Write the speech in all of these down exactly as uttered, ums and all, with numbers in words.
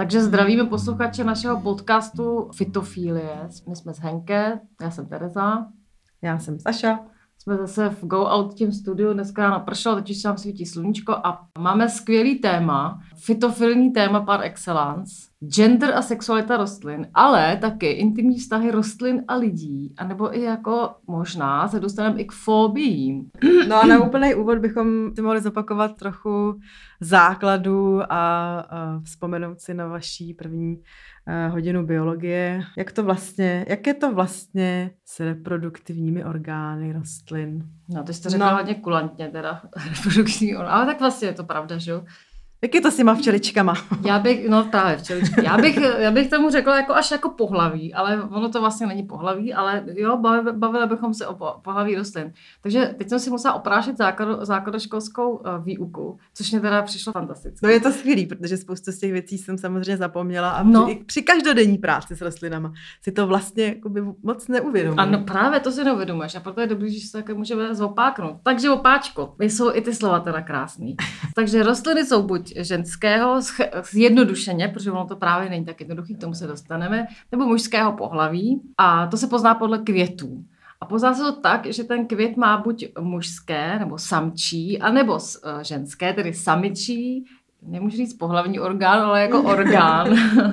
Takže zdravíme posluchače našeho podcastu Fitofilie. My jsme z Henke, já jsem Tereza. Já jsem Saša. Jsme zase v Go Out Team studiu, dneska napršelo, teď už se nám svítí sluníčko a máme skvělý téma, fitofilní téma par excellence, gender a sexualita rostlin, ale taky intimní vztahy rostlin a lidí, anebo i jako možná se dostaneme i k fobiím. No a na úplný úvod bychom si mohli zopakovat trochu základů a, a vzpomenout si na vaší první uh, hodinu biologie. Jak to vlastně, jak je to vlastně s reproduktivními orgány rostlin? No, to jsi to řekla no. hodně kulantně teda, reproduktivní orgány, ale tak vlastně je to pravda, že jo? Jak je to s těma včeličkama? Já bych, no právě včeličky, já bych, já bych tomu řekla jako až jako pohlaví, ale ono to vlastně není pohlaví, ale jo, bavili, bavili bychom se o pohlaví rostlin. Takže teď jsem si musela oprášit základ, základoškolskou výuku, což mě teda přišlo fantastické. No je to skvělý, protože spoustu z těch věcí jsem samozřejmě zapomněla a no. při, při každodenní práci s rostlinama si to vlastně jakoby moc neuvědomuji. Ano, právě to si neuvědomuješ a proto je dobrý, že se také můžeme zopáknout. Takže opáčko, jsou i ty slova teda krásný. Takže rostliny jsou buď ženského, zjednodušeně, protože ono to právě není tak jednoduchý, k tomu se dostaneme, nebo mužského pohlaví a to se pozná podle květů. A pozná se to tak, že ten květ má buď mužské, nebo samčí, anebo ženské, tedy samičí, nemůžu říct pohlavní orgán, ale jako orgán.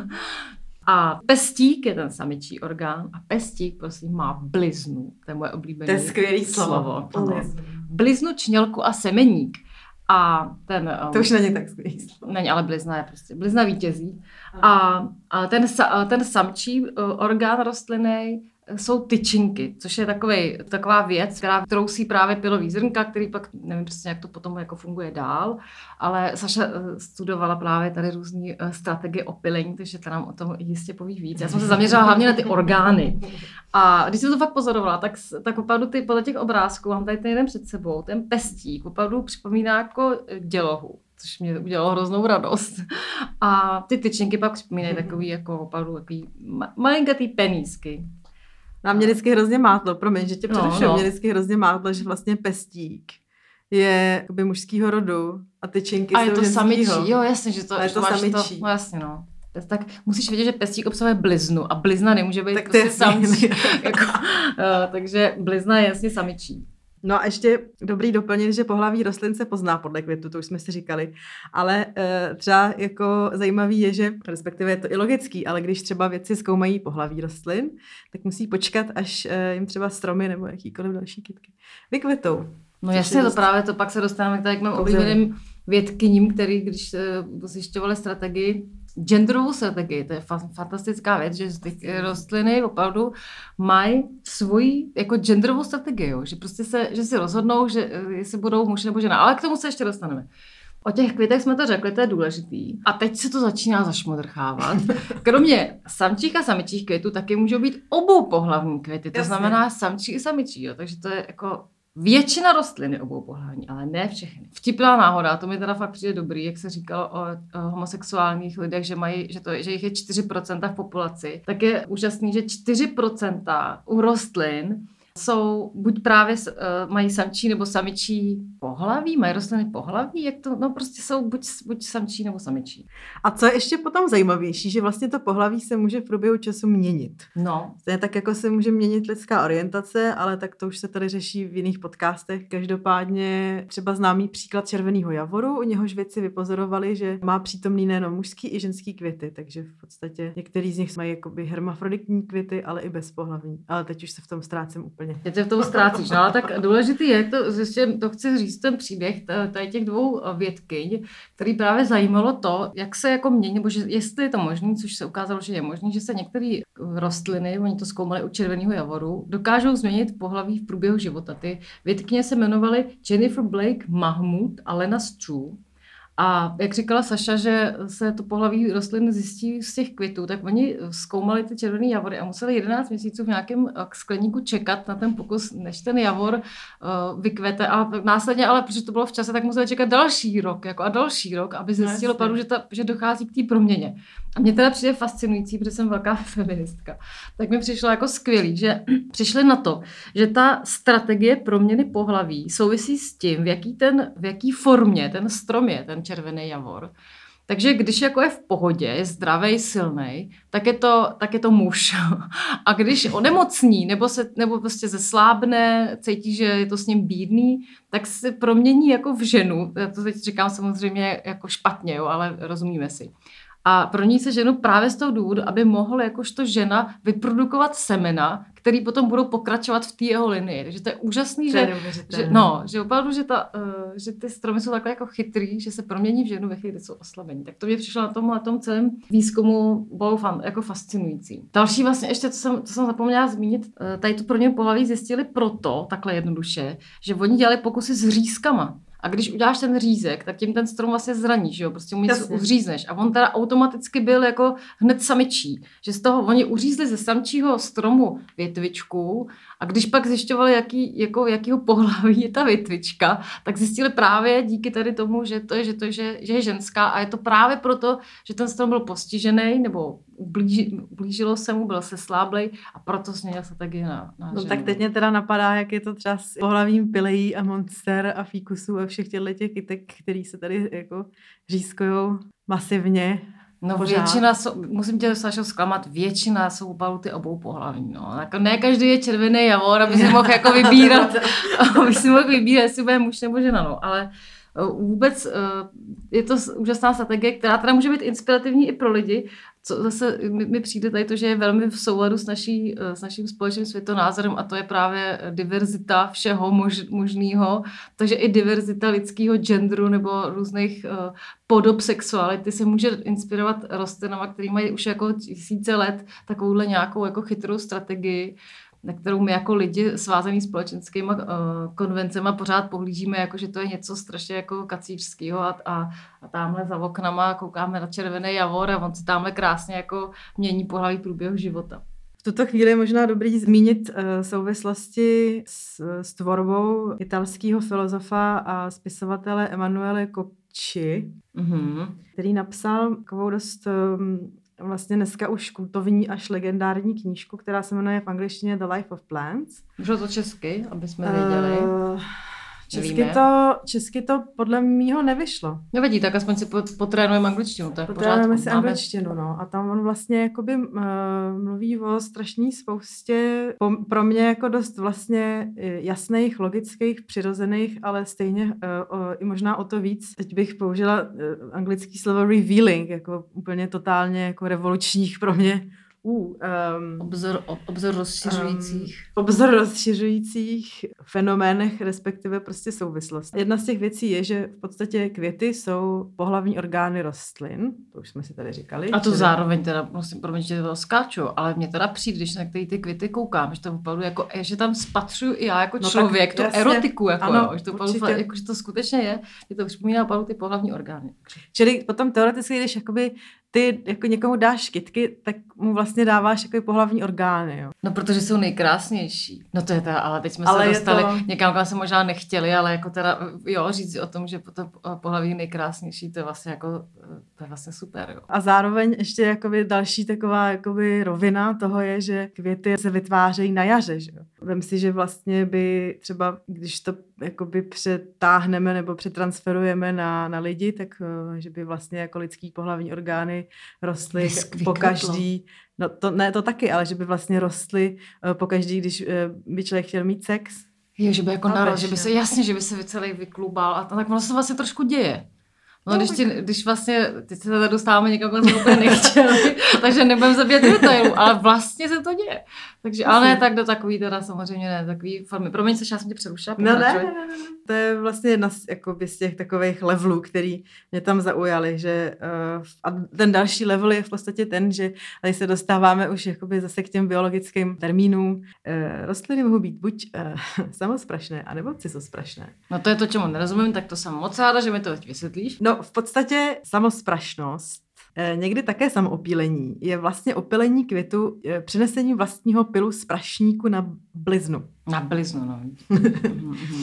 A pestík je ten samičí orgán a pestík, prosím, má bliznu. To je moje oblíbené slovo. To je skvělý slovo. slovo. Bliznu, čnělku a semeník. A ten, to už není tak skvělý. Není, ale blizna je prostě. Blizna vítězí. A, a ten, ten samčí orgán rostliny jsou tyčinky, což je takovej, taková věc, která trousí právě pylový zrnka, který pak, nevím přesně, jak to potom jako funguje dál, ale Saša studovala právě tady různý strategie opylení, takže ta nám o tom jistě poví víc. Já jsem se zaměřila hlavně na ty orgány. A když jsem to fakt pozorovala, tak, tak opravdu ty, podle těch obrázků, mám tady ten jeden před sebou, ten pestík opravdu připomíná jako dělohu, což mě udělalo hroznou radost. A ty tyčinky pak připomínají takový jako opravdu takový malinkatý penízky. Na mě vždycky hrozně mátlo, promiň, že tě přerušuju, no, no. mě vždycky hrozně mátlo, že vlastně pestík je jakoby mužskýho rodu a tyčinky a jsou je to samičí, ženskýho. jo, jasně, že to, a je že to máš samičí. To, no jasně, no. Tak musíš vědět, že pestík obsahuje bliznu a blizna nemůže být tak prostě samčí. jako, uh, takže blizna je jasně samičí. No a ještě dobrý doplnit, že pohlaví rostlin se pozná podle květu, to už jsme si říkali, ale e, třeba jako zajímavý je, že respektive je to i logický, ale když třeba vědci zkoumají pohlaví rostlin, tak musí počkat, až e, jim třeba stromy nebo jakýkoliv další kytky vykvetou. No jasně, to právě to pak se dostaneme k tady k mým oblíbeným vědkyním, který když uh, zjišťovali strategii, genderovou strategii, to je fantastická věc, že ty rostliny opravdu mají svoji jako genderovou strategii, že prostě se, že si rozhodnou, že jestli budou muž nebo žena, ale k tomu se ještě dostaneme. O těch květech jsme to řekli, to je důležitý. A teď se to začíná zašmodrchávat. Kromě samčích a samičích květů taky můžou být obou pohlavní květy, to Jasně. znamená samčí i samičí, jo. Takže to je jako většina rostlin je obou pohlavní, ale ne všechny. Vtipná náhoda, to mi teda fakt přijde dobrý, jak se říkalo o, o homosexuálních lidech, že mají, že, to, že jich je čtyři procenta v populaci, tak je úžasný, že čtyři procenta u rostlin jsou buď právě uh, mají samčí nebo samičí pohlaví, mají rostliny pohlaví, jak to, no prostě jsou buď, buď samčí nebo samičí. A co je ještě potom zajímavější, že vlastně to pohlaví se může v průběhu času měnit. No. To je tak, jako se může měnit lidská orientace, ale tak to už se tady řeší v jiných podcastech. Každopádně třeba známý příklad červeného javoru, u něhož vědci vypozorovali, že má přítomný nejenom mužský i ženský květy, takže v podstatě některý z nich mají jakoby hermafroditní květy, ale i bezpohlavní. Ale teď už se v tom ztrácím úplně. Teď se v tom ztrácíš, no ale tak důležitý je, to, ještě to chci říct ten příběh tady těch dvou vědkyň, který právě zajímalo to, jak se jako mění, nebo že jestli je to možné, což se ukázalo, že je možné, že se některé rostliny, oni to zkoumali u červeného javoru, dokážou změnit pohlaví v průběhu života. Ty vědkyně se jmenovaly Jennifer Blake Mahmood a Lena Stru. A jak říkala Saša, že se to pohlaví rostlin zjistí z těch květů, tak oni zkoumali ty červený javory a museli jedenáct měsíců v nějakém skleníku čekat na ten pokus, než ten javor uh, vykvete. A následně, ale protože to bylo v čase, tak museli čekat další rok jako a další rok, aby zjistilo padu, že, ta, že dochází k té proměně. A mně teda přijde fascinující, protože jsem velká feministka. Tak mi přišlo jako skvělý, že přišli na to, že ta strategie proměny pohlaví souvisí s tím, v jaký, ten, v jaký formě ten strom je, ten červený javor. Takže když jako je v pohodě, je zdravý, silný, tak je to, tak je to muž. A když onemocní, nebo, se, nebo prostě zeslábne, cítí, že je to s ním bídný, tak se promění jako v ženu. Já to teď říkám samozřejmě jako špatně, jo, ale rozumíme si. A pro ní se ženu právě z toho důvodu, aby mohl jakožto žena vyprodukovat semena, který potom budou pokračovat v té jeho linii. Takže to je úžasný, to je že, že, no, že opravdu, že, ta, uh, že ty stromy jsou takhle jako chytrý, že se promění v ženu ve chvíli, kdy jsou oslabení. Tak to mě přišlo na tom, na tom celém výzkumu bylo fan, jako fascinující. Další vlastně ještě, co jsem, co jsem zapomněla zmínit, uh, tady to pro ně pohlaví zjistili proto, takhle jednoduše, že oni dělali pokusy s řízkama. A když uděláš ten řízek, tak tím ten strom vlastně zraníš, že jo, prostě mu něco uřízneš. A on teda automaticky byl jako hned samičí. Že z toho oni uřízli ze samčího stromu větvičku a když pak zjišťovali, jaký, jako, jakýho pohlaví je ta větvička, tak zjistili právě díky tady tomu, že to je, že to je, že, že je ženská a je to právě proto, že ten strom byl postižený nebo ublíži, ublížilo se mu, byl sesláblej a proto změnil se taky na, na No ženu. tak teď mě teda napadá, jak je to třeba s pohlavím pilejí a monster a fíkusů a všech těchto těch kytek, který se tady jako řízkujou masivně. No pořád. Většina, jsou, musím tě, Sašo, zklamat, většina jsou baluty obou pohlaví, no. Jako ne každý je červený javor, aby si mohl jako vybírat, aby si mohl vybírat, jestli bude muž nebo žena, no. Ale vůbec je to úžasná strategie, která teda může být inspirativní i pro lidi, co zase mi, mi přijde tady to, že je velmi v souladu s, naší, s naším společným světonázorem a to je právě diverzita všeho mož, možného, takže i diverzita lidského genderu nebo různých uh, podob sexuality se může inspirovat rostlinama, který mají už jako tisíce let takovouhle nějakou jako chytrou strategii, na kterou my jako lidi svázaný společenskými uh, konvencema pořád pohlížíme, jako že to je něco strašně jako kacířského a, a, a tamhle za oknama koukáme na červený javor a on se tamhle krásně jako mění pohlaví průběhu života. V tuto chvíli je možná dobrý zmínit uh, souvislosti s, s tvorbou italského filozofa a spisovatele Emanuele Cocchi, mm-hmm. který napsal takovou dost um, vlastně dneska už kultovní až legendární knížku, která se jmenuje v angličtině The Life of Plants. Můžu to česky, aby jsme věděli. Uh, česky, to, česky to podle mýho nevyšlo. Nevadí, tak aspoň si potrénujeme angličtinu. Potrénujeme si angličtinu, no. A tam on vlastně jakoby uh, mluví o strašný spoustě po, pro mě jako dost vlastně jasných, logických, přirozených, ale stejně uh, o, i možná o to víc. Teď bych použila uh, anglický slovo revealing, jako úplně totálně jako revolučních pro mě Uh, um, obzor, obzor rozšiřujících. Um, obzor rozšiřujících fenoménech, respektive prostě souvislost. Jedna z těch věcí je, že v podstatě květy jsou pohlavní orgány rostlin, to už jsme si tady říkali. A to že... zároveň teda, musím promiň, že to skáču, ale mně teda přijde, když na který ty květy koukám, že to opravdu jako, že tam spatřuju i já jako no člověk, tu erotiku, jako, ano, jo, že, to opravdu, jako, že to skutečně je, že to připomíná opravdu ty pohlavní orgány. Čili potom teoreticky, když jakoby ty jako někomu dáš kytky, tak mu vlastně dáváš jako pohlavní orgány, jo. No, protože jsou nejkrásnější. No to je teda, ale teď jsme ale se dostali to... někam, kam jsme možná nechtěli, ale jako teda, jo, říct si o tom, že to pohlaví nejkrásnější, to je vlastně jako, to je vlastně super, jo. A zároveň ještě jakoby další taková jakoby rovina toho je, že květy se vytvářejí na jaře, že jo. Vem si, že vlastně by třeba, když to jakoby přetáhneme nebo přetransferujeme na, na lidi, tak že by vlastně jako lidský pohlavní orgány rostly po každý, no to ne, to taky, ale že by vlastně rostly po každý, když by člověk chtěl mít sex. Jo, že by jako narod, že by se, jasně, že by se celý vyklubal a tak ono se vlastně trošku děje. No, když, ti, když vlastně, teď se tady dostáváme někam, kde jsme úplně nechtěli, takže nebudeme zabíjet detailů, ale vlastně se to děje. Takže, ale ne tak do takový teda samozřejmě ne, takový formy. Promiň se, já jsem tě přerušila. No ne, ne, ne, ne. To je vlastně jedna z, jakoby, z těch takových levelů, který mě tam zaujaly, že uh, a ten další level je v podstatě ten, že tady se dostáváme už jakoby zase k těm biologickým termínům. Uh, rostliny mohou být buď uh, samosprašné, anebo cizosprašné. No to je to, čemu nerozumím, tak to jsem moc ráda, že mi to vysvětlíš. No v podstatě samosprašnost, někdy také samoopílení, je vlastně opylení květu přenesením vlastního pylu z prašníku na bliznu. Na bliznu, no.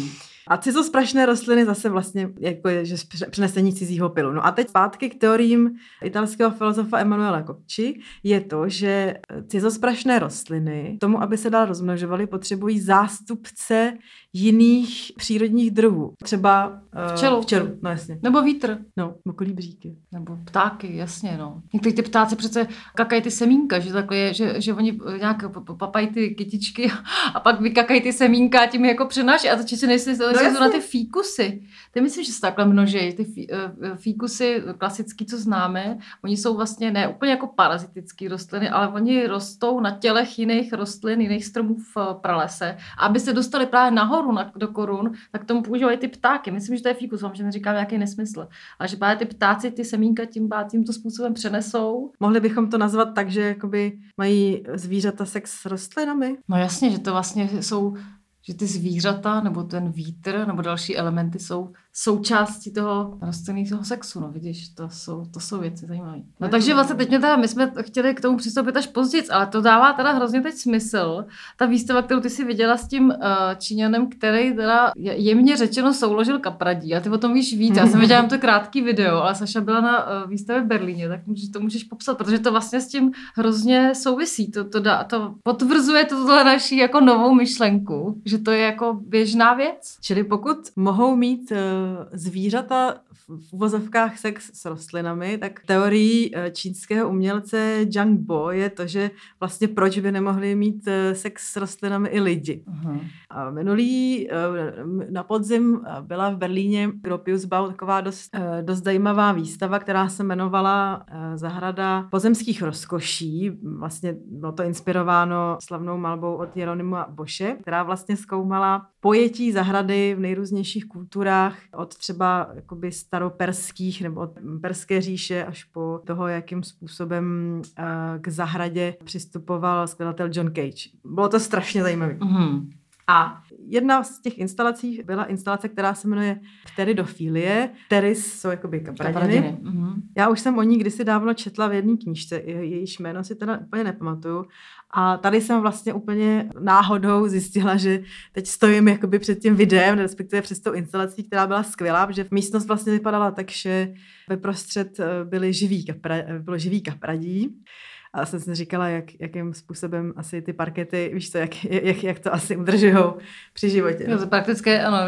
A cizosprašné rostliny zase vlastně jako je, že přenesení cizího pilu. No a teď zpátky k teoriím italského filozofa Emanuela Cocchi je to, že cizosprašné rostliny tomu, aby se dál rozmnožovaly, potřebují zástupce jiných přírodních druhů. Třeba uh, včelu. včelu, no jasně. Nebo vítr. No, kolibříky. Nebo ptáky, jasně, no. Někteří ty ptáci přece kakají ty semínka, že takhle je, že, že oni nějak papají ty kytičky a pak vykakají ty semínka a tím jako přenáší. A to či si nejsi no na ty fíkusy. Ty myslím, že se takhle množí. Ty fí, fíkusy klasický, co známe, oni jsou vlastně ne úplně jako parazitický rostliny, ale oni rostou na tělech jiných rostlin, jiných stromů v pralese. A aby se dostali právě nahoru na, do korun, tak tomu používají ty ptáky. Myslím, že to je fíkus, vám že neříkám nějaký nesmysl. Ale že právě ty ptáci ty semínka tím tímto způsobem přenesou. Mohli bychom to nazvat tak, že jakoby mají zvířata sex s rostlinami? No jasně, že to vlastně jsou, že ty zvířata nebo ten vítr nebo další elementy jsou součástí toho rostlinného sexu, no vidíš, to jsou, to jsou věci zajímavé. No takže vlastně teď mě teda, my jsme chtěli k tomu přistoupit až později, ale to dává teda hrozně teď smysl. Ta výstava, kterou ty si viděla s tím uh, Číňanem, který teda jemně řečeno souložil kapradí, a ty o tom víš víc, já jsem viděla to krátký video, ale Saša byla na uh, výstavě v Berlíně, tak můžeš, to můžeš popsat, protože to vlastně s tím hrozně souvisí, to, to, dá, to potvrzuje tohle naší jako novou myšlenku, že to je jako běžná věc. Čili pokud mohou mít uh, zvířata v uvozovkách sex s rostlinami, tak teorií čínského umělce Zhang Bo je to, že vlastně proč by nemohli mít sex s rostlinami i lidi. Uh-huh. A minulý na podzim byla v Berlíně Gropiusbau taková dost, dost zajímavá výstava, která se jmenovala Zahrada pozemských rozkoší. Vlastně bylo to inspirováno slavnou malbou od Jeronima Bosche, která vlastně zkoumala pojetí zahrady v nejrůznějších kulturách, od třeba jakoby staroperských nebo od perské říše až po toho, jakým způsobem uh, k zahradě přistupoval skladatel John Cage. Bylo to strašně zajímavé. Mm-hmm. A jedna z těch instalací byla instalace, která se jmenuje Pteridofilie. Pteris jsou jakoby kapradiny. Mm-hmm. Já už jsem o ní kdysi dávno četla v jedné knížce, jejíž jméno si teda úplně nepamatuju. A tady jsem vlastně úplně náhodou zjistila, že teď stojím jakoby před tím videem, respektive před tou instalací, která byla skvělá, že místnost vlastně vypadala tak, že veprostřed byly živý kapra, bylo živý kapradí. A jsem si říkala, jak, jakým způsobem asi ty parkety, víš co, jak, jak, jak to asi udržujou při životě. No to praktické, ano,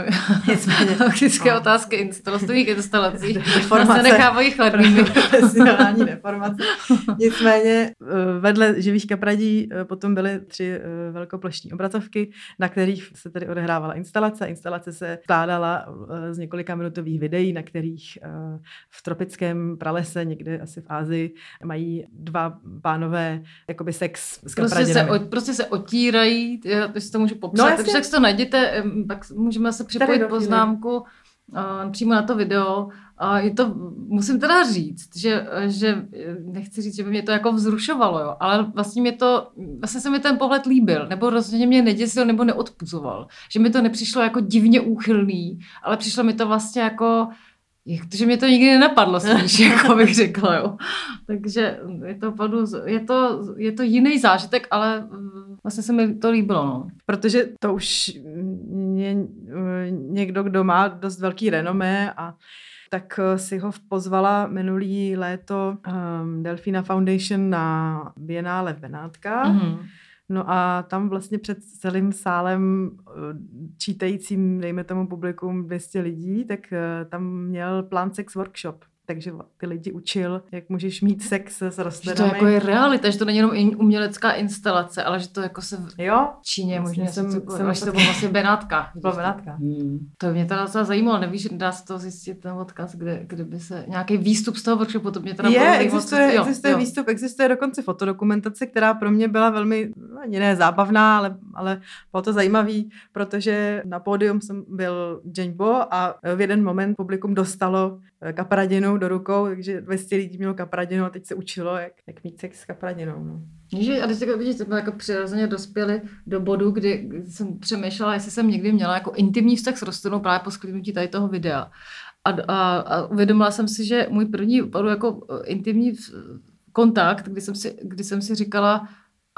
praktické no. Otázky instalostových instalací. Deformace. Se nechávají chladnými. Profesionální deformace. Nicméně vedle živých kapradí potom byly tři velkoplošní obrazovky, na kterých se tedy odehrávala instalace. Instalace se skládala z několika minutových videí, na kterých v tropickém pralese, někde asi v Asii, mají dva pánové jakoby sex s kapradinami. Prostě se, prostě se otírají, já si to můžu popsat, no, takže jak si to najděte, tak můžeme se připojit poznámku uh, přímo na to video. A je to, musím teda říct, že, že nechci říct, že by mě to jako vzrušovalo, jo, ale vlastně mě to, vlastně se mi ten pohled líbil, nebo rozhodně mě neděsil, nebo neodpuzoval. Že mi to nepřišlo jako divně úchylný, ale přišlo mi to vlastně jako protože mě to nikdy nenapadlo spíš, jako bych řekla, jo. Takže je to, je to, je to jiný zážitek, ale vlastně se mi to líbilo, no. Protože to už je někdo, kdo má dost velký renomé a tak si ho pozvala minulý léto um, Delfina Foundation na Biennále v Benátkách. Mm-hmm. No a tam vlastně před celým sálem čítajícím, dejme tomu publikum dvě stě lidí, tak tam měl plán sex workshop. Takže ty lidi učil, jak můžeš mít sex s rostlinami. Že to jako je realita, že to není jenom umělecká instalace, ale že to jako se v jo? Číně možná jsem, jsem, jsem, že to bylo vlastně v Benátkách. Bylo v Benátkách. Hmm. To mě teda docela zajímalo, nevíš, dá se to zjistit ten odkaz, kde, kde by se nějaký výstup z toho workshopu, to mě teda je, existuje, jo, existuje jo. výstup, existuje dokonce fotodokumentace, která pro mě byla velmi, ani ne zábavná, ale, ale bylo to zajímavý, protože na pódium jsem byl Zhang Bo a v jeden moment publikum dostalo kapradinu do rukou, takže dvě stě lidí mělo kapradinu a teď se učilo, jak, jak mít sex s kapradinou. No. A když tak vidíš, jsme jako přirozeně dospěli do bodu, kdy jsem přemýšlela, jestli jsem někdy měla jako intimní vztah s rostlinou právě po shlédnutí tady toho videa. A, a, a uvědomila jsem si, že můj první opravdu jako intimní kontakt, kdy jsem si, kdy jsem si říkala,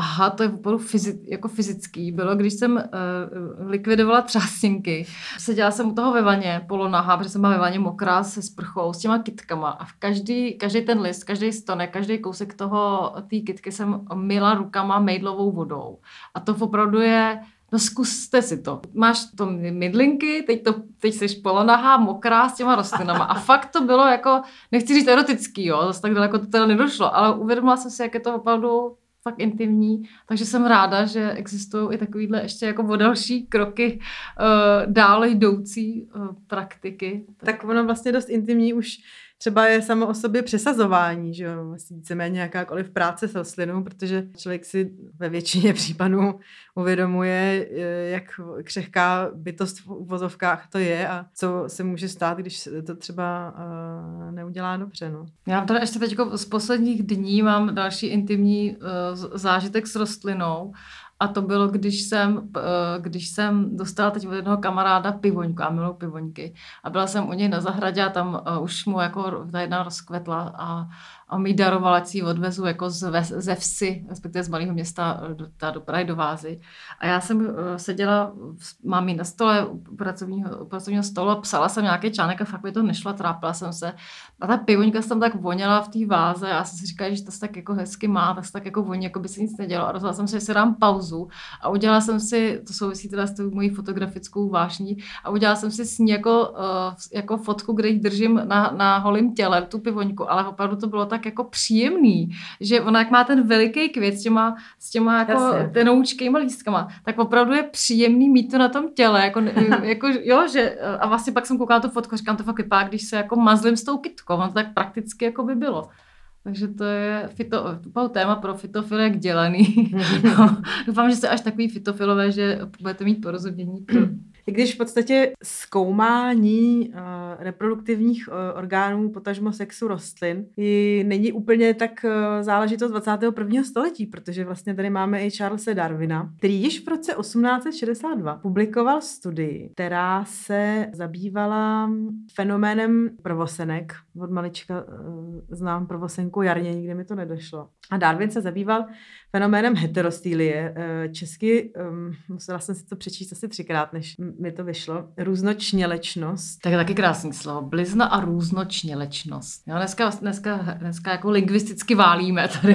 aha, to je opravdu fyzi- jako fyzický. Bylo, když jsem uh, likvidovala třástinky. Seděla jsem u toho ve vaně, polonahá, protože jsem byla ve vaně mokrá se sprchou, s těma kytkama a v každý, každý ten list, každý stonek, každý kousek toho, té kytky jsem myla rukama mejdlovou vodou. A to opravdu je, no zkuste si to. Máš to mydlinky, teď, to, teď jsi polonahá, mokrá s těma rostlinama. A fakt to bylo jako, nechci říct erotický, jo, zase tak daleko to teda nedošlo, ale uvědomila jsem si, jak je to opravdu fakt intimní, takže jsem ráda, že existují i takovýhle ještě jako o další kroky uh, dále jdoucí uh, praktiky. Tak ono vlastně dost intimní už třeba je samo o sobě přesazování, že jo, vlastně víceméně jakákoliv práce s rostlinou, protože člověk si ve většině případů uvědomuje, jak křehká bytost v uvozovkách to je a co se může stát, když to třeba uh, neudělá dobře, no. Já teda ještě teď z posledních dní mám další intimní uh, zážitek s rostlinou. A to bylo, když jsem, když jsem dostala teď od jednoho kamaráda pivoňku, a miluji pivoňky. A byla jsem u něj na zahradě a tam už mu jako ta jedna rozkvetla a, a mi darovala, ať si ji odvezu jako z, ze vsi, respektive z malého města do, do Prahy do Vázy. A já jsem seděla, mám ji na stole u pracovního, u pracovního stolu a psala jsem nějaký článek a fakt mi to nešlo, trápila jsem se. A ta pivoňka se tam tak voněla v té váze a já jsem si říkala, že to se tak jako hezky má, tak se tak jako voní, jako by se nic nedělo. A rozhodla jsem se, že si dám pauzu a udělala jsem si, to souvisí teda s tou mojí fotografickou vášní, a udělala jsem si s ní jako, uh, jako fotku, kde ji držím na, na holém těle, tu pivoňku, ale opravdu to bylo tak jako příjemný, že ona jak má ten veliký květ s těma, s těma jako tenoučkýma lístkama, tak opravdu je příjemný mít to na tom těle, jako, jako jo, že a vlastně pak jsem koukala tu fotku, říkám, to fakt vypadá, když se jako mazlím s tou kytkou, on to tak prakticky jako by bylo. Takže to je fito, téma pro fitofily jak dělaný. No, doufám, že jste až takový fitofilové, že budete mít porozumění. Pro... I když v podstatě zkoumání uh, reproduktivních uh, orgánů, potažmo sexu rostlin, není úplně tak uh, záležitost dvacátého prvního století, protože vlastně tady máme i Charlese Darwina, který již v roce osmnáct set šedesát dva publikoval studii, která se zabývala fenoménem prvosenek. Od malička uh, znám prvosenku jarně, nikdy mi to nedošlo. A Darwin se zabýval fenoménem heterostýlie. Uh, česky, um, musela jsem si to přečíst asi třikrát, než mi to vyšlo. Různočnělečnost. Tak je taky krásný slovo. Blizna a různočnělečnost. Jo, dneska, dneska, dneska jako lingvisticky válíme tady.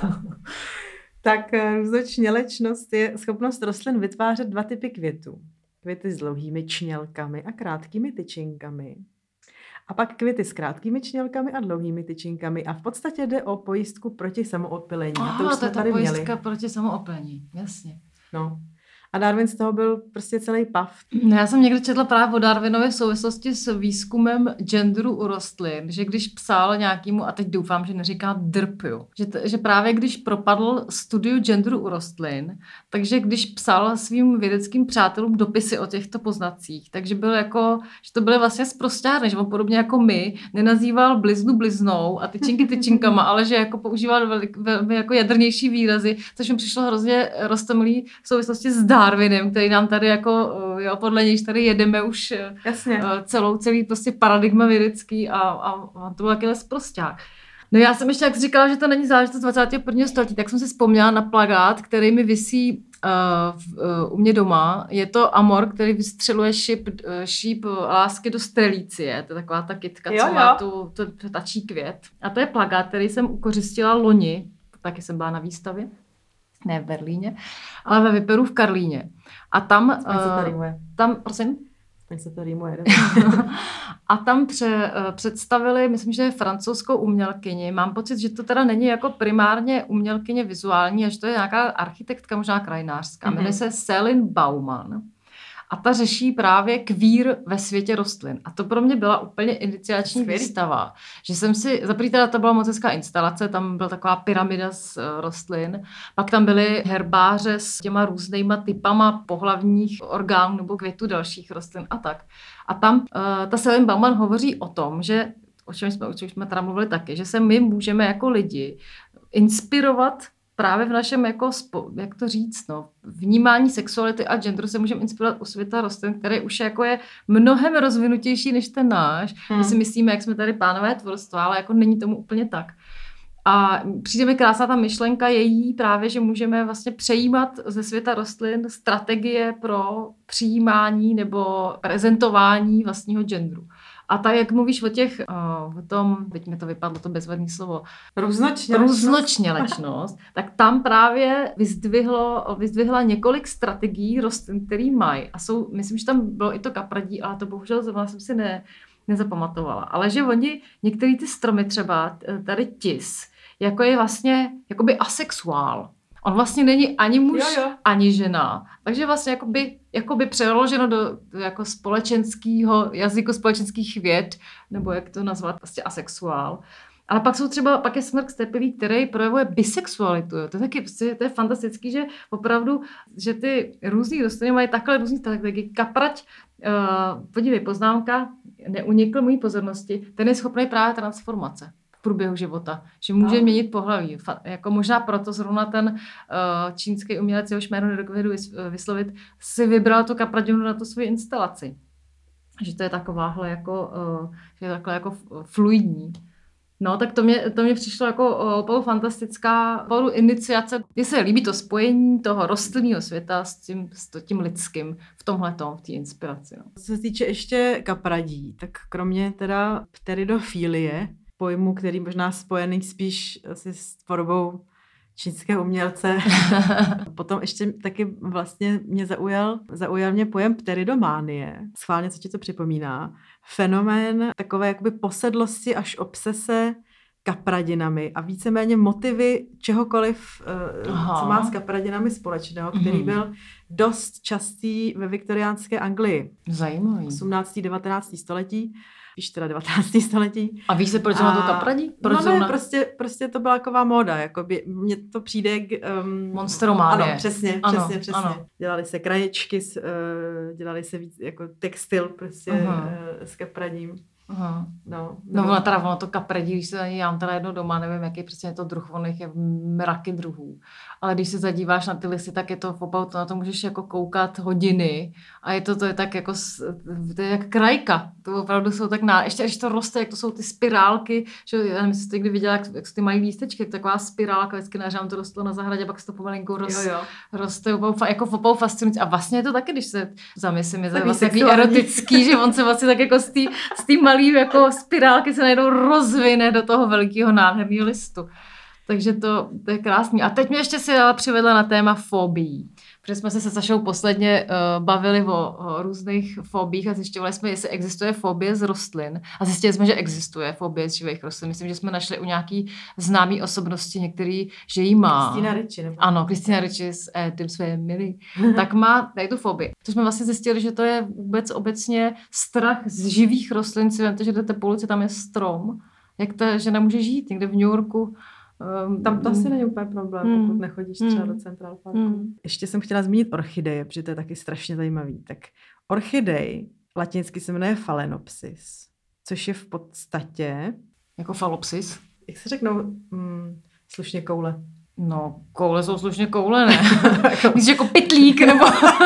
Tak různočnělečnost je schopnost rostlin vytvářet dva typy květů. Květy s dlouhými čnělkami a krátkými tyčinkami. A pak květy s krátkými čnělkami a dlouhými tyčinkami. A v podstatě jde o pojistku proti samoopylení. Aha, a to už to jsme je ta tady pojistka měli. proti samoopylení. Jasně. No. A Darwin z toho byl prostě celý pav. No, já jsem někdy četla právě o Darwinovi v souvislosti s výzkumem genderu u rostlin, že když psal nějakému, a teď doufám, že neříká drpiu, že, t, že právě když propadl studiu genderu u rostlin, takže když psal svým vědeckým přátelům dopisy o těchto poznatcích, takže byl jako, že to byly vlastně sprosťárny, že on podobně jako my nenazýval bliznu bliznou a tyčinky tyčinkama, ale že jako používal velmi, velmi jako jadrnější výrazy, což mi přišlo hrozně roztomilý v souvislosti s Darwinem, který nám tady jako, jo, podle nějž tady jedeme už Jasně. celou, celý prostě paradigma vědecký a, a, a to byl takovýhle sprosťák. No já jsem ještě, jak jsi říkala, že to není záležitost dvacátého prvního století, tak jsem si vzpomněla na plakát, který mi visí uh, v, uh, u mě doma. Je to Amor, který vystřeluje šíp, uh, šíp lásky do strelície. To je taková ta kytka, jo, co jo. má tu, tu, tu tačí květ. A to je plakát, který jsem ukořistila loni, taky jsem byla na výstavě. Ne v Berlíně, ale ve Vyperu v Karlíně. A tam... Aspoň se to rýmuje. Tam, prosím? Aspoň se to rýmuje. A tam pře, představili, myslím, že je francouzskou umělkyni. Mám pocit, že to teda není jako primárně umělkyně vizuální, až to je nějaká architektka, možná krajinářská. Mm-hmm. Jmenuje se Céline Bauman. A ta řeší právě kvír ve světě rostlin. A to pro mě byla úplně iniciační Skvělý. výstava. Že jsem si, za první teda to byla moc hezká instalace, tam byla taková pyramida z uh, rostlin, pak tam byly herbáře s těma různýma typama pohlavních orgánů nebo květů dalších rostlin a tak. A tam uh, ta Céline Bauman hovoří o tom, že, o čem jsme, o čem jsme teda mluvili taky, že se my můžeme jako lidi inspirovat právě v našem, jako, jak to říct, no, vnímání sexuality a genderu se můžeme inspirovat u světa rostlin, který už jako je mnohem rozvinutější než ten náš. Hmm. My si myslíme, jak jsme tady pánové tvorstva, ale jako není tomu úplně tak. A přijde mi krásná ta myšlenka její právě, že můžeme vlastně přejímat ze světa rostlin strategie pro přijímání nebo prezentování vlastního genderu. A tak, jak mluvíš o těch, o tom, teď mi to vypadlo to bezvadné slovo, různočnělečnost, tak tam právě vyzdvihlo, vyzdvihla několik strategií rostlin, který mají. A jsou, myslím, že tam bylo i to kapradí, ale to bohužel zrovna jsem si ne, nezapamatovala. Ale že oni, některé ty stromy třeba, tady tis, jako je vlastně jakoby asexuál. On vlastně není ani muž, jo, jo. ani žena. Takže vlastně jakoby, jakoby přeloženo do, do jako společenského jazyku společenských věd, nebo jak to nazvat, vlastně asexuál. Ale pak jsou třeba, pak je smrk stepivý, který projevuje bisexualitu. Jo. To je taky, to je fantastický, že opravdu, že ty různý rostliny mají takhle různý strategie. Kaprať, uh, podívej, poznámka, neunikl mojí pozornosti, ten je schopný právě transformace v průběhu života, že může no. měnit pohlaví. Jako možná proto zrovna ten uh, čínský umělec, jehož jméno nedovedu vyslovit, si vybral tu kapradinu na tu svoji instalaci. Že to je takováhle jako, uh, že je takhle jako fluidní. No, tak to mě, to mě přišlo jako opravdu fantastická opravdu iniciace. Mně se líbí to spojení toho rostlinného světa s tím, s tím lidským v tomhletom, v té inspiraci. No. Co se týče ještě kapradí, tak kromě teda pteridofílie, pojmu, který možná spojený spíš asi s tvorbou čínského umělce. Potom ještě taky vlastně mě zaujal, zaujal mě pojem pteridománie. Schválně, co ti to připomíná. Fenomén takové jakoby posedlosti až obsese kapradinami a víceméně motivy čehokoliv, Aha. co má s kapradinami společného, který mm. byl dost častý ve viktoriánské Anglii. Zajímavý. osmnáctého devatenáctého století. Víš, teda devatenáctého století. A víš se, proč na to kapradí? Proč no ne, prostě, prostě to byla taková móda. Jakoby, mně to přijde... Um, Monsterománie. Ano, přesně, ano, přesně, přesně. Ano. Dělali se kraječky, uh, dělali se víc jako textil prostě uh, s kapradím. Aha. No, no, no teda ono to kapradí, když se ani já mám teda jedno doma, nevím, jaký přesně je to druh, on je mraky druhů. Ale když se zadíváš na ty listy, tak je to opravdu, na to můžeš jako koukat hodiny a je to, to je tak jako, to je jak krajka. To opravdu jsou tak ná... Ještě když to roste, jak to jsou ty spirálky, že já nevím, jestli jste někdy viděla, jak, jak jsou ty malý lístečky, jak taková spirálka, vždycky nám to rostlo na zahradě, pak se to pomalinku roz, jo, jo. roste, opravdu, jako opravdu fascinující. A vlastně je to taky, když se zamyslím, je to vlastně takový erotický, že on se vlastně tak jako z té malý jako spirálky se najednou rozvine do toho velkého nádherného listu. Takže to, to je krásný. A teď mě ještě si přivedla na téma fobií. Protože jsme se se Sašou posledně uh, bavili o, o různých fobích a zjišťovali jsme, jestli existuje fobie z rostlin. A zjistili jsme, že existuje fobie z živých rostlin. Myslím, že jsme našli u nějaký známý osobnosti, některý, že jí má. Kristýna Ricci. Nebo... Ano, Kristýna Ricci s eh, tím své milí. Tak má tady tu fobii. To jsme vlastně zjistili, že to je vůbec obecně strach z živých rostlin. Si vemte, že jdete po ulici, tam je strom. Jak ta žena může žít někde v New Yorku? Um, Tam to asi není úplně problém, hmm. pokud nechodíš třeba hmm. do Central Parku. Hmm. Ještě jsem chtěla zmínit orchideje, protože to je taky strašně zajímavý. Tak orchidej latinsky se jmenuje Phalaenopsis, což je v podstatě... Jako falopsis? Jak se řeknou mm, slušně koule? No, koule jsou slušně koule, ne? Víš, jako pytlík, nebo...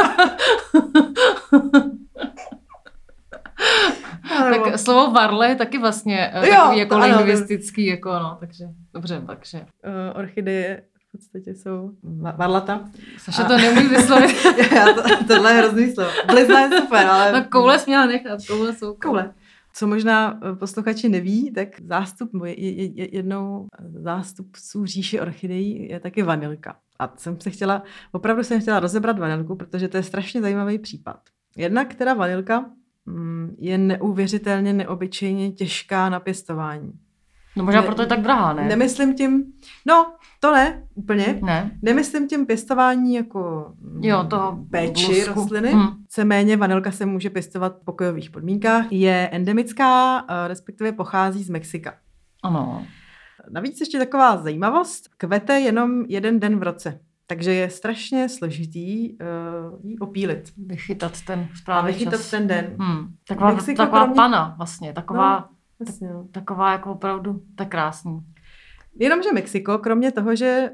Tak slovo varle je taky vlastně jo, takový jako ano, lingvistický, jako no, takže dobře, takže. Uh, orchideje v podstatě jsou varlata. Saša a... to neumí vyslovit. Já to, tohle je hrozný slovo. Blizna je super, ale... No koule jsi měla nechat, koule jsou koule. koule. Co možná posluchači neví, tak zástup, jednou zástupců říše orchidejí je taky vanilka. A jsem se chtěla, opravdu jsem chtěla rozebrat vanilku, protože to je strašně zajímavý případ. Jednak teda vanilka je neuvěřitelně, neobyčejně těžká na pěstování. No možná ne, proto je tak drahá, ne? Nemyslím tím, no to ne, úplně. Ne. Nemyslím tím pěstování jako jo, toho péči blusku. rostliny. Hmm. Víceméně vanilka se může pěstovat v pokojových podmínkách. Je endemická, respektive pochází z Mexika. Ano. Navíc ještě taková zajímavost, kvete jenom jeden den v roce. Takže je strašně složitý uh, jí opílit. Vychytat ten správný čas. Vychytat ten den. Hmm. Taková, taková kromě... pana vlastně, taková, no, jasně, no. taková jako opravdu, tak krásný. Jenomže Mexiko, kromě toho, že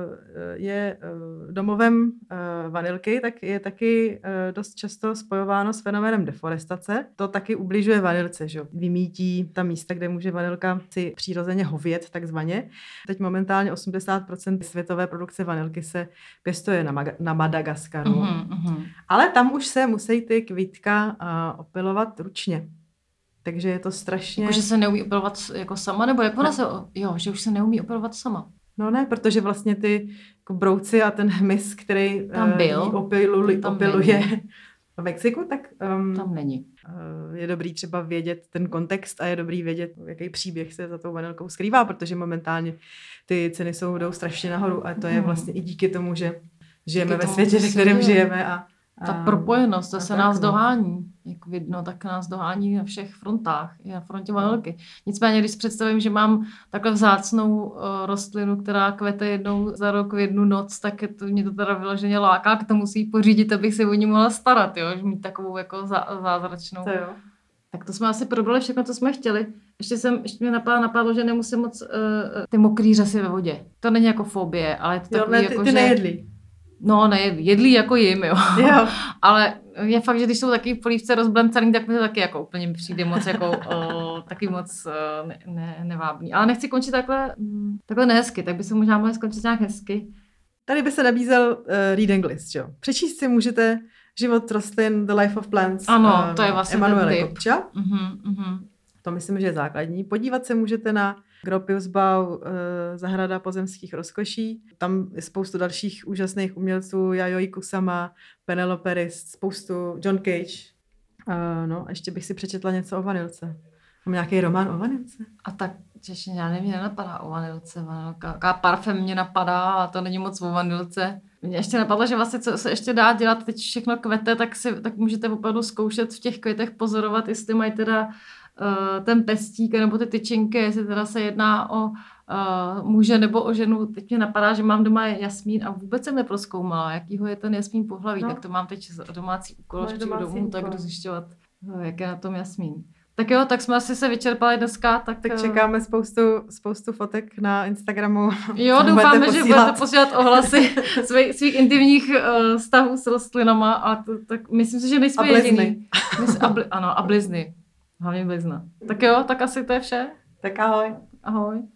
je domovem vanilky, tak je taky dost často spojováno s fenoménem deforestace. To taky ubližuje vanilce, že jo. Vymítí ta místa, kde může vanilka si přirozeně hovět, takzvaně. Teď momentálně osmdesát procent světové produkce vanilky se pěstuje na, Maga- na Madagaskaru. Mm-hmm, mm-hmm. Ale tam už se musí ty kvítka opilovat ručně. Takže je to strašně... Jako, že se neumí opilovat jako sama, nebo jak ona ne. se... Jo, že už se neumí opilovat sama. No ne, protože vlastně ty jako brouci a ten hmyz, který tam byl, uh, opiluje, tam opiluje v Mexiku, tak um, tam není. Uh, je dobrý třeba vědět ten kontext a je dobrý vědět, jaký příběh se za tou vanilkou skrývá, protože momentálně ty ceny jsou jdou strašně nahoru a to je vlastně i díky tomu, že žijeme díky ve světě, ve kterém žijeme a ta propojenost, to se nás dohání. Jak vidno, tak nás dohání na všech frontách. Je na frontě vanilky. Nicméně, když si představím, že mám takhle vzácnou uh, rostlinu, která kvete jednou za rok v jednu noc, tak je to, mě to teda vyloženě láká, k tomu si ji pořídit, abych se o ní mohla starat, jo? Že mít takovou jako zá, zázračnou. To jo. Tak to jsme asi probrali všechno, co jsme chtěli. Ještě, jsem, ještě mě napadlo, napadlo, že nemusím moc uh, ty mokrý řasy ve vodě. To není jako fobie, ale je to jo, takový ne, ty, jako, ty že... nejedlí. No, ne, jedlí jako jim, jo. jo. Ale je fakt, že když jsou taky v polívce rozblemcaný, tak mi to taky jako úplně přijde moc jako uh, taky moc uh, ne, ne, nevábný. Ale nechci končit takhle, um, takhle nehezky, tak by se možná mohli skončit nějak hezky. Tady by se nabízel uh, reading list, jo. Přečíst si můžete Život rostlin, The Life of Plants. Ano, uh, to je vlastně Emanuele ten Kopča. Uh-huh, uh-huh. To myslím, že je základní. Podívat se můžete na Gropiusbau, uh, zahrada pozemských rozkoší. Tam je spoustu dalších úžasných umělců, Yayoi Kusama, Penelope Rist, spoustu John Cage. Uh, no, ještě bych si přečetla něco o vanilce. Mám nějaký román o vanilce? A tak čeště, já nevím, mě nenapadá o vanilce. Vanilka. Taká parfém mě napadá a to není moc o vanilce. Mně ještě napadlo, že vlastně co se ještě dá dělat, teď všechno kvete, tak, si, tak můžete opravdu zkoušet v těch květech pozorovat, jestli mají teda uh, ten pestík nebo ty tyčinky, jestli teda se jedná o uh, muže nebo o ženu. Teď mě napadá, že mám doma jasmín a vůbec jsem neprozkoumala, jakýho je ten jasmín pohlaví. No. Tak to mám teď domácí úkol, až přijdu domů, tak jdu zjišťovat, uh, jak je na tom jasmín. Tak jo, tak jsme asi se vyčerpali dneska. Tak, tak čekáme spoustu, spoustu fotek na Instagramu. Jo, doufáme, posílat. že budete posílat ohlasy svých, svých intimních uh, stavů s rostlinama. A to, tak myslím si, že nejsme jediný. A bli, ano, a blizny. Hlavně blizna. Tak jo, tak asi to je vše. Tak ahoj. Ahoj.